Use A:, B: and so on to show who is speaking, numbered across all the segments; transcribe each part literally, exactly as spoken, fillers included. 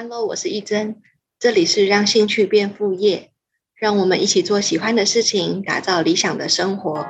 A: Hello， 我是一真，这里是让兴趣变副业，让我们一起做喜欢的事情，打造理想的生活。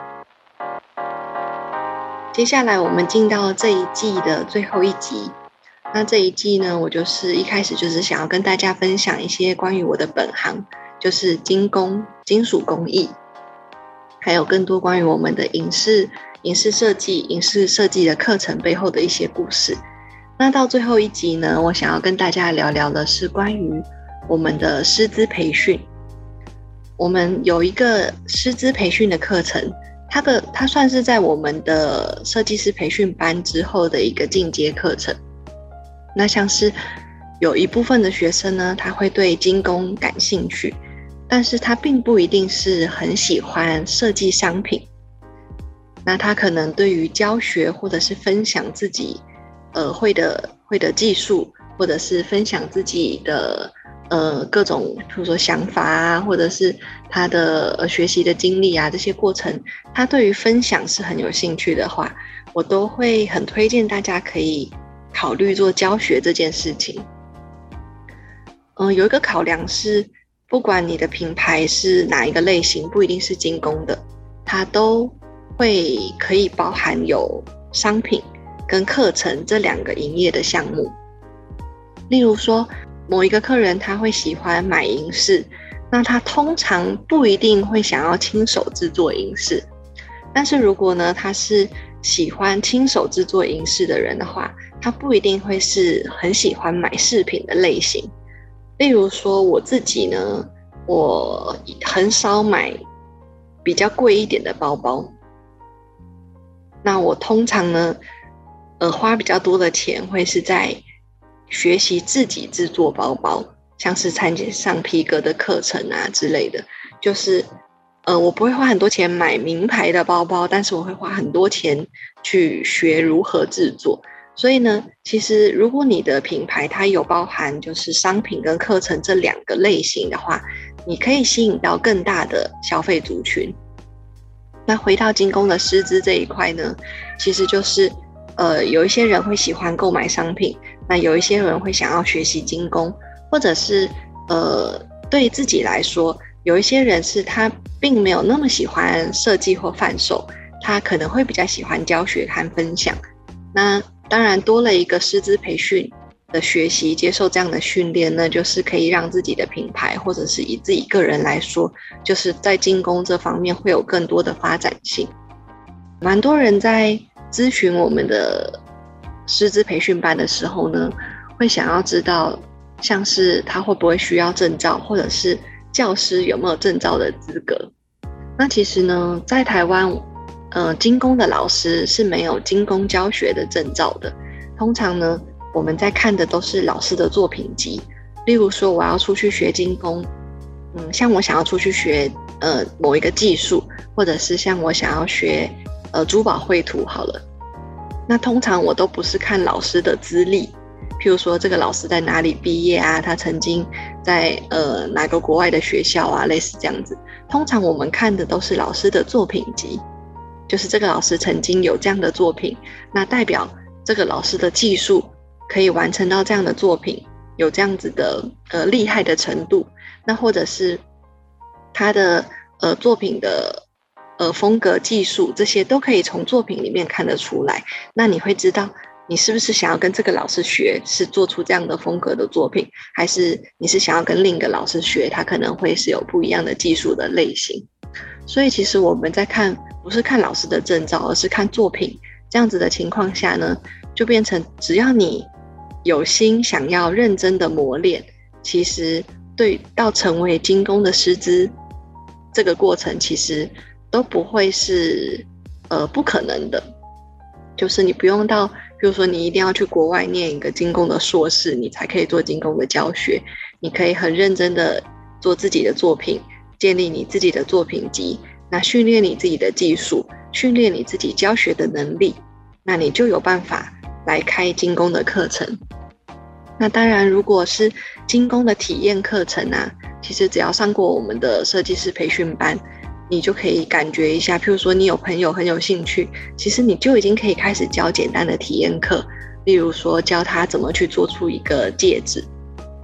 A: 接下来我们进到这一季的最后一集。那这一季呢，我就是一开始就是想要跟大家分享一些关于我的本行，就是金工、金属工艺，还有更多关于我们的影视、影视设计、影视设计的课程背后的一些故事。那到最后一集呢，我想要跟大家聊聊的是关于我们的师资培训。我们有一个师资培训的课程，它的它算是在我们的设计师培训班之后的一个进阶课程。那像是有一部分的学生呢，他会对金工感兴趣，但是他并不一定是很喜欢设计商品。那他可能对于教学或者是分享自己呃，会的会的技术，或者是分享自己的呃各种，比如说想法啊，或者是他的、呃、学习的经历啊，这些过程，他对于分享是很有兴趣的话，我都会很推荐大家可以考虑做教学这件事情。嗯、呃，有一个考量是，不管你的品牌是哪一个类型，不一定是精工的，它都会可以包含有商品跟课程这两个营业的项目。例如说某一个客人他会喜欢买银饰，那他通常不一定会想要亲手制作银饰，但是如果呢他是喜欢亲手制作银饰的人的话，他不一定会是很喜欢买饰品的类型。例如说我自己呢，我很少买比较贵一点的包包，那我通常呢呃，花比较多的钱会是在学习自己制作包包，像是参加上皮革的课程啊之类的。就是呃，我不会花很多钱买名牌的包包，但是我会花很多钱去学如何制作。所以呢，其实如果你的品牌它有包含就是商品跟课程这两个类型的话，你可以吸引到更大的消费族群。那回到金工的师资这一块呢，其实就是呃，有一些人会喜欢购买商品，那有一些人会想要学习精工，或者是呃，对自己来说，有一些人是他并没有那么喜欢设计或贩售，他可能会比较喜欢教学和分享。那当然多了一个师资培训的学习，接受这样的训练呢，就是可以让自己的品牌，或者是以自己个人来说，就是在精工这方面会有更多的发展性。蛮多人在咨询我们的师资培训班的时候呢，会想要知道像是他会不会需要证照，或者是教师有没有证照的资格。那其实呢，在台湾呃，精工的老师是没有精工教学的证照的。通常呢，我们在看的都是老师的作品集。例如说我要出去学精工，嗯，像我想要出去学呃某一个技术，或者是像我想要学呃珠宝绘图好了，那通常我都不是看老师的资历，譬如说这个老师在哪里毕业啊，他曾经在呃哪个国外的学校啊，类似这样子。通常我们看的都是老师的作品集，就是这个老师曾经有这样的作品，那代表这个老师的技术可以完成到这样的作品，有这样子的呃厉害的程度，那或者是他的呃作品的呃风格技术，这些都可以从作品里面看得出来。那你会知道你是不是想要跟这个老师学，是做出这样的风格的作品，还是你是想要跟另一个老师学，他可能会是有不一样的技术的类型。所以其实我们在看不是看老师的证照，而是看作品。这样子的情况下呢，就变成只要你有心想要认真的磨练，其实对到成为精工的师资这个过程，其实都不会是呃不可能的。就是你不用到，比如说你一定要去国外念一个精工的硕士，你才可以做精工的教学。你可以很认真的做自己的作品，建立你自己的作品集，那训练你自己的技术，训练你自己教学的能力，那你就有办法来开精工的课程。那当然如果是精工的体验课程啊，其实只要上过我们的设计师培训班，你就可以感觉一下，譬如说你有朋友很有兴趣，其实你就已经可以开始教简单的体验课。例如说教他怎么去做出一个戒指，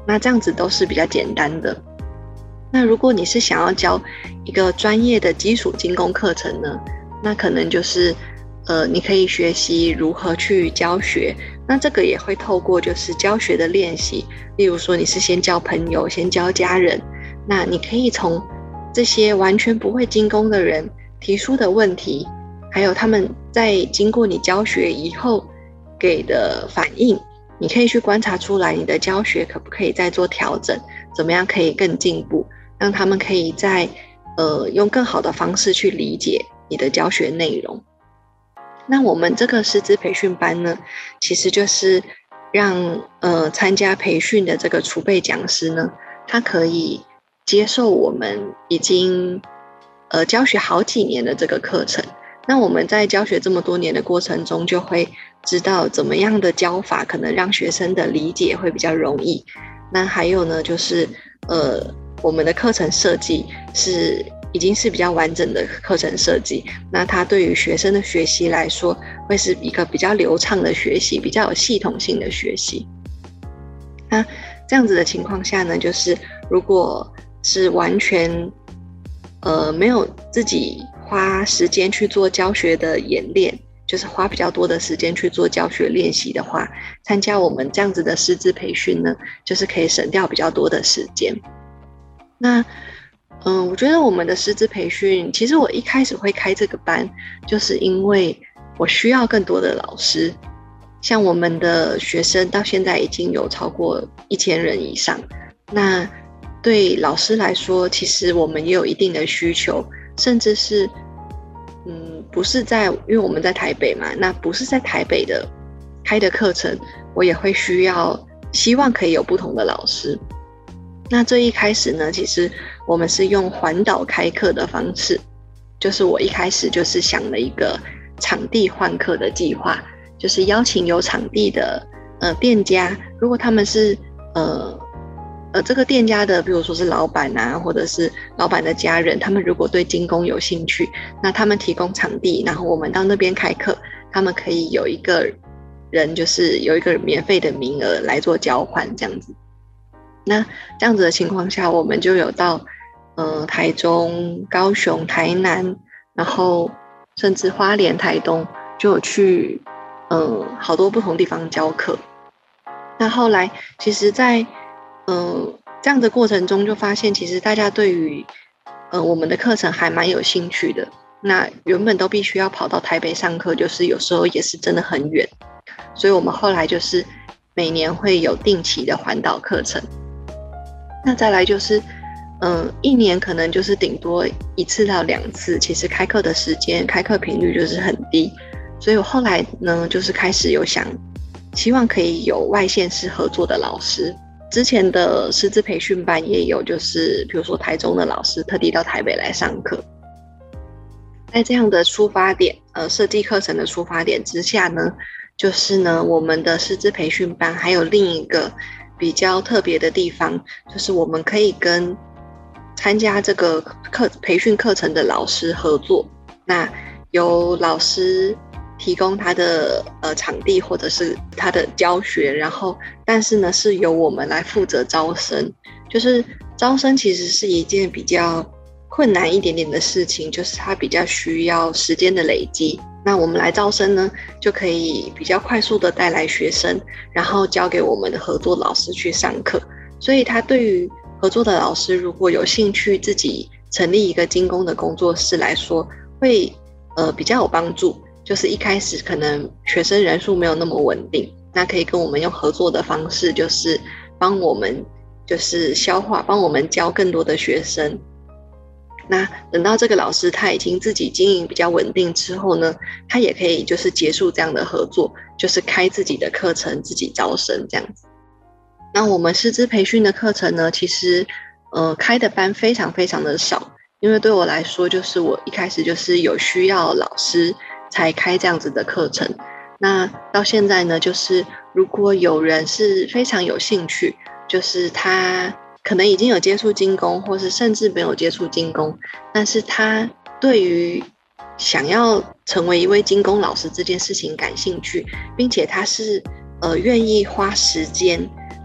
A: 那这样子都是比较简单的。那如果你是想要教一个专业的基础精工课程呢，那可能就是呃，你可以学习如何去教学。那这个也会透过就是教学的练习，例如说你是先教朋友，先教家人，那你可以从这些完全不会精工的人提出的问题，还有他们在经过你教学以后给的反应，你可以去观察出来你的教学可不可以再做调整，怎么样可以更进步，让他们可以在呃用更好的方式去理解你的教学内容。那我们这个师资培训班呢，其实就是让呃参加培训的这个储备讲师呢，他可以接受我们已经呃教学好几年的这个课程。那我们在教学这么多年的过程中，就会知道怎么样的教法可能让学生的理解会比较容易。那还有呢，就是呃我们的课程设计是已经是比较完整的课程设计，那它对于学生的学习来说，会是一个比较流畅的学习，比较有系统性的学习。那这样子的情况下呢，就是如果是完全呃没有自己花时间去做教学的演练，就是花比较多的时间去做教学练习的话，参加我们这样子的师资培训呢，就是可以省掉比较多的时间。那嗯，我觉得我们的师资培训，其实我一开始会开这个班，就是因为我需要更多的老师。像我们的学生到现在已经有超过一千人以上，那对老师来说，其实我们也有一定的需求，甚至是嗯，不是在，因为我们在台北嘛，那不是在台北的开的课程，我也会需要希望可以有不同的老师。那这一开始呢，其实我们是用环岛开课的方式，就是我一开始就是想了一个场地换课的计划，就是邀请有场地的呃店家，如果他们是呃呃这个店家的，比如说是老板啊，或者是老板的家人，他们如果对精工有兴趣，那他们提供场地，然后我们到那边开课，他们可以有一个人就是有一个免费的名额来做交换这样子。那这样子的情况下，我们就有到呃台中、高雄、台南，然后甚至花莲、台东，就有去呃好多不同地方教课。那后来其实在呃这样的过程中，就发现其实大家对于呃我们的课程还蛮有兴趣的。那原本都必须要跑到台北上课，就是有时候也是真的很远，所以我们后来就是每年会有定期的环岛课程。那再来就是，嗯、呃，一年可能就是顶多一次到两次，其实开课的时间、开课频率就是很低，所以我后来呢，就是开始有想，希望可以有外县市合作的老师。之前的师资培训班也有，就是比如说台中的老师特地到台北来上课。在这样的出发点，呃，设计课程的出发点之下呢，就是呢，我们的师资培训班还有另一个比较特别的地方，就是我们可以跟参加这个课培训课程的老师合作，那由老师提供他的呃场地或者是他的教学，然后但是呢是由我们来负责招生。就是招生其实是一件比较困难一点点的事情，就是它比较需要时间的累积。那我们来招生呢，就可以比较快速的带来学生，然后交给我们的合作老师去上课。所以他对于合作的老师如果有兴趣自己成立一个精工的工作室来说，会呃比较有帮助。就是一开始可能学生人数没有那么稳定，那可以跟我们用合作的方式，就是帮我们就是消化，帮我们教更多的学生。那等到这个老师他已经自己经营比较稳定之后呢，他也可以就是结束这样的合作，就是开自己的课程，自己招生这样子。那我们师资培训的课程呢，其实呃开的班非常非常的少，因为对我来说，就是我一开始就是有需要老师才开这样子的课程。那到现在呢，就是如果有人是非常有兴趣，就是他可能已经有接触精工，或是甚至没有接触精工，但是他对于想要成为一位精工老师这件事情感兴趣，并且他是呃愿意花时间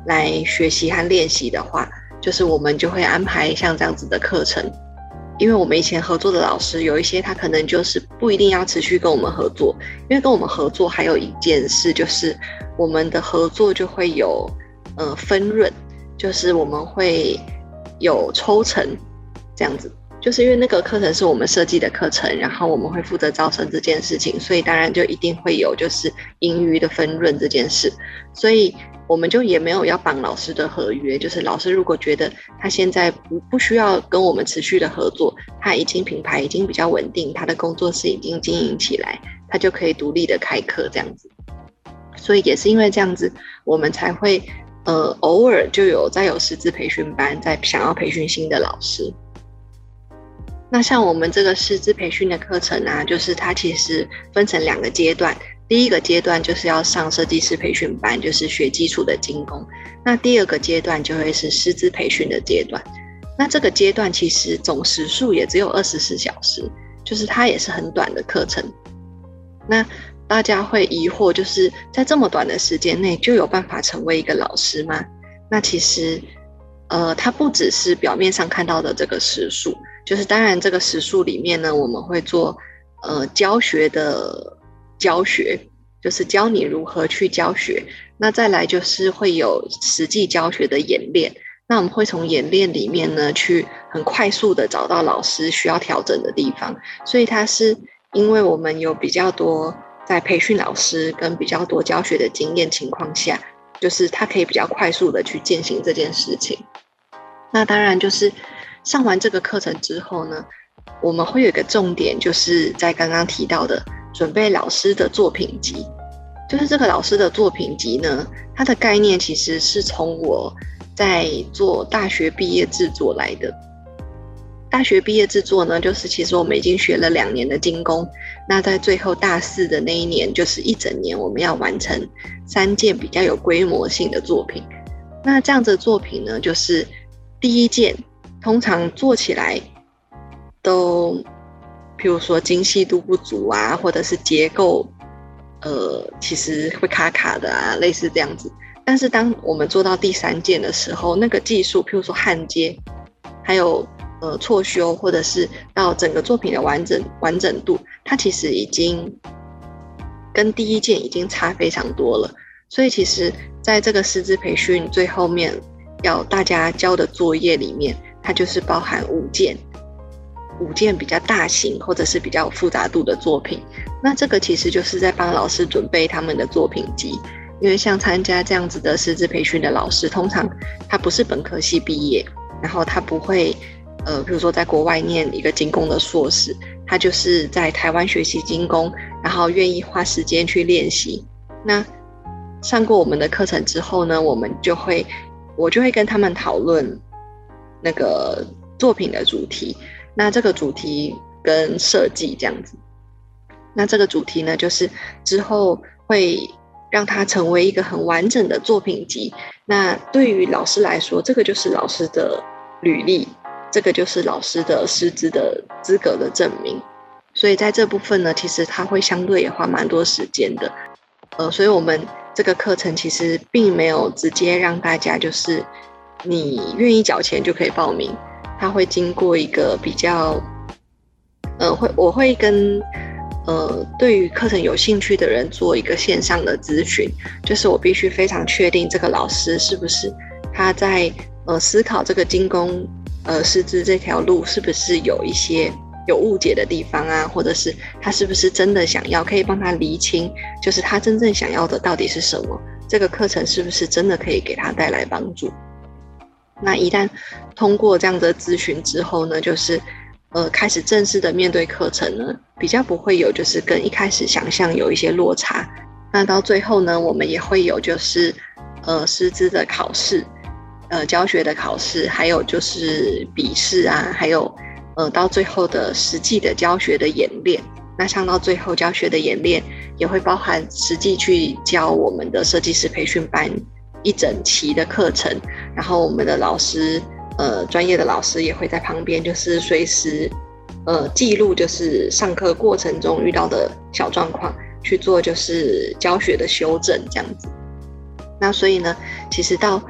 A: 来学习和练习的话，就是我们就会安排像这样子的课程。因为我们以前合作的老师有一些他可能就是不一定要持续跟我们合作，因为跟我们合作还有一件事就是我们的合作就会有呃分润，就是我们会有抽成这样子，就是因为那个课程是我们设计的课程，然后我们会负责招生这件事情，所以当然就一定会有就是盈余的分润这件事，所以我们就也没有要绑老师的合约，就是老师如果觉得他现在不不需要跟我们持续的合作，他已经品牌已经比较稳定，他的工作室已经经营起来，他就可以独立的开课这样子。所以也是因为这样子，我们才会呃偶尔就有在有师资培训班，在想要培训新的老师。那像我们这个师资培训的课程啊，就是它其实分成两个阶段。第一个阶段就是要上设计师培训班，就是学基础的精工。那第二个阶段就会是师资培训的阶段。那这个阶段其实总时数也只有二十四小时，就是它也是很短的课程。那大家会疑惑，就是在这么短的时间内就有办法成为一个老师吗？那其实呃，它不只是表面上看到的这个时数，就是当然这个时数里面呢，我们会做呃教学的教学，就是教你如何去教学。那再来就是会有实际教学的演练，那我们会从演练里面呢去很快速的找到老师需要调整的地方，所以它是因为我们有比较多在培训老师跟比较多教学的经验情况下，就是它可以比较快速的去进行这件事情。那当然就是上完这个课程之后呢，我们会有一个重点，就是在刚刚提到的准备老师的作品集。就是这个老师的作品集呢，它的概念其实是从我在做大学毕业制作来的。大学毕业制作呢，就是其实我们已经学了两年的精工，那在最后大四的那一年，就是一整年我们要完成三件比较有规模性的作品。那这样子的作品呢，就是第一件通常做起来都譬如说精细度不足啊，或者是结构呃，其实会卡卡的啊，类似这样子。但是当我们做到第三件的时候，那个技术譬如说焊接还有呃错修，或者是到整个作品的完整完整度，它其实已经跟第一件已经差非常多了。所以其实在这个师资培训最后面要大家交的作业里面，它就是包含五件五件比较大型或者是比较有复杂度的作品。那这个其实就是在帮老师准备他们的作品集，因为像参加这样子的师资培训的老师，通常他不是本科系毕业，然后他不会呃，比如说在国外念一个精工的硕士，他就是在台湾学习精工，然后愿意花时间去练习。那上过我们的课程之后呢，我们就会我就会跟他们讨论那个作品的主题，那这个主题跟设计这样子。那这个主题呢，就是之后会让它成为一个很完整的作品集。那对于老师来说，这个就是老师的履历，这个就是老师的师资的资格的证明。所以在这部分呢，其实它会相对也花蛮多时间的。呃，所以我们这个课程其实并没有直接让大家就是你愿意缴钱就可以报名，它会经过一个比较，呃，会我会跟呃对于课程有兴趣的人做一个线上的咨询，就是我必须非常确定这个老师是不是他在呃思考这个精工呃师资这条路是不是有一些有误解的地方啊，或者是他是不是真的想要，可以帮他厘清，就是他真正想要的到底是什么，这个课程是不是真的可以给他带来帮助。那一旦通过这样的咨询之后呢，就是呃开始正式的面对课程呢，比较不会有就是跟一开始想象有一些落差。那到最后呢，我们也会有就是呃师资的考试，呃教学的考试，还有就是笔试啊，还有呃到最后的实际的教学的演练。那像到最后教学的演练也会包含实际去教我们的设计师培训班一整期的课程，然后我们的老师呃专业的老师也会在旁边就是随时呃记录就是上课过程中遇到的小状况，去做就是教学的修正这样子。那所以呢，其实到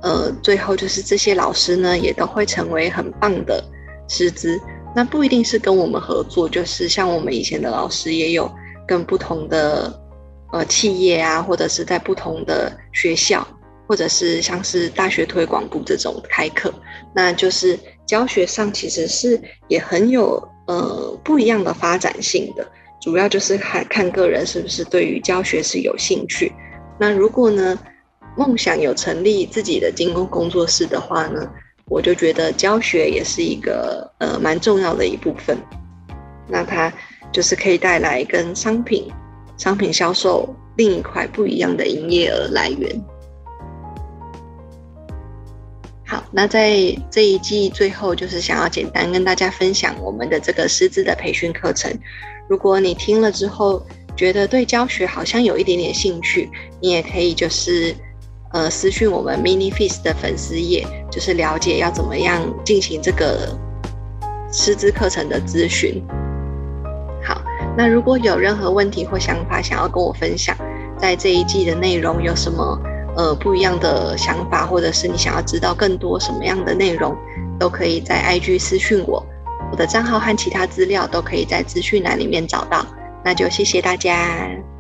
A: 呃，最后就是这些老师呢，也都会成为很棒的师资。那不一定是跟我们合作，就是像我们以前的老师也有跟不同的呃企业啊，或者是在不同的学校，或者是像是大学推广部这种开课，那就是教学上其实是也很有呃不一样的发展性的，主要就是看看个人是不是对于教学是有兴趣。那如果呢梦想有成立自己的精工工作室的话呢，我就觉得教学也是一个呃蛮重要的一部分。那它就是可以带来跟商品商品销售另一块不一样的营业额来源。好，那在这一季最后就是想要简单跟大家分享我们的这个师资的培训课程。如果你听了之后觉得对教学好像有一点点兴趣，你也可以就是呃私讯我们 Mini Feast 的粉丝页，就是了解要怎么样进行这个师资课程的咨询。好，那如果有任何问题或想法想要跟我分享，在这一季的内容有什么呃不一样的想法，或者是你想要知道更多什么样的内容，都可以在 I G 私讯我，我的账号和其他资料都可以在资讯栏里面找到。那就谢谢大家。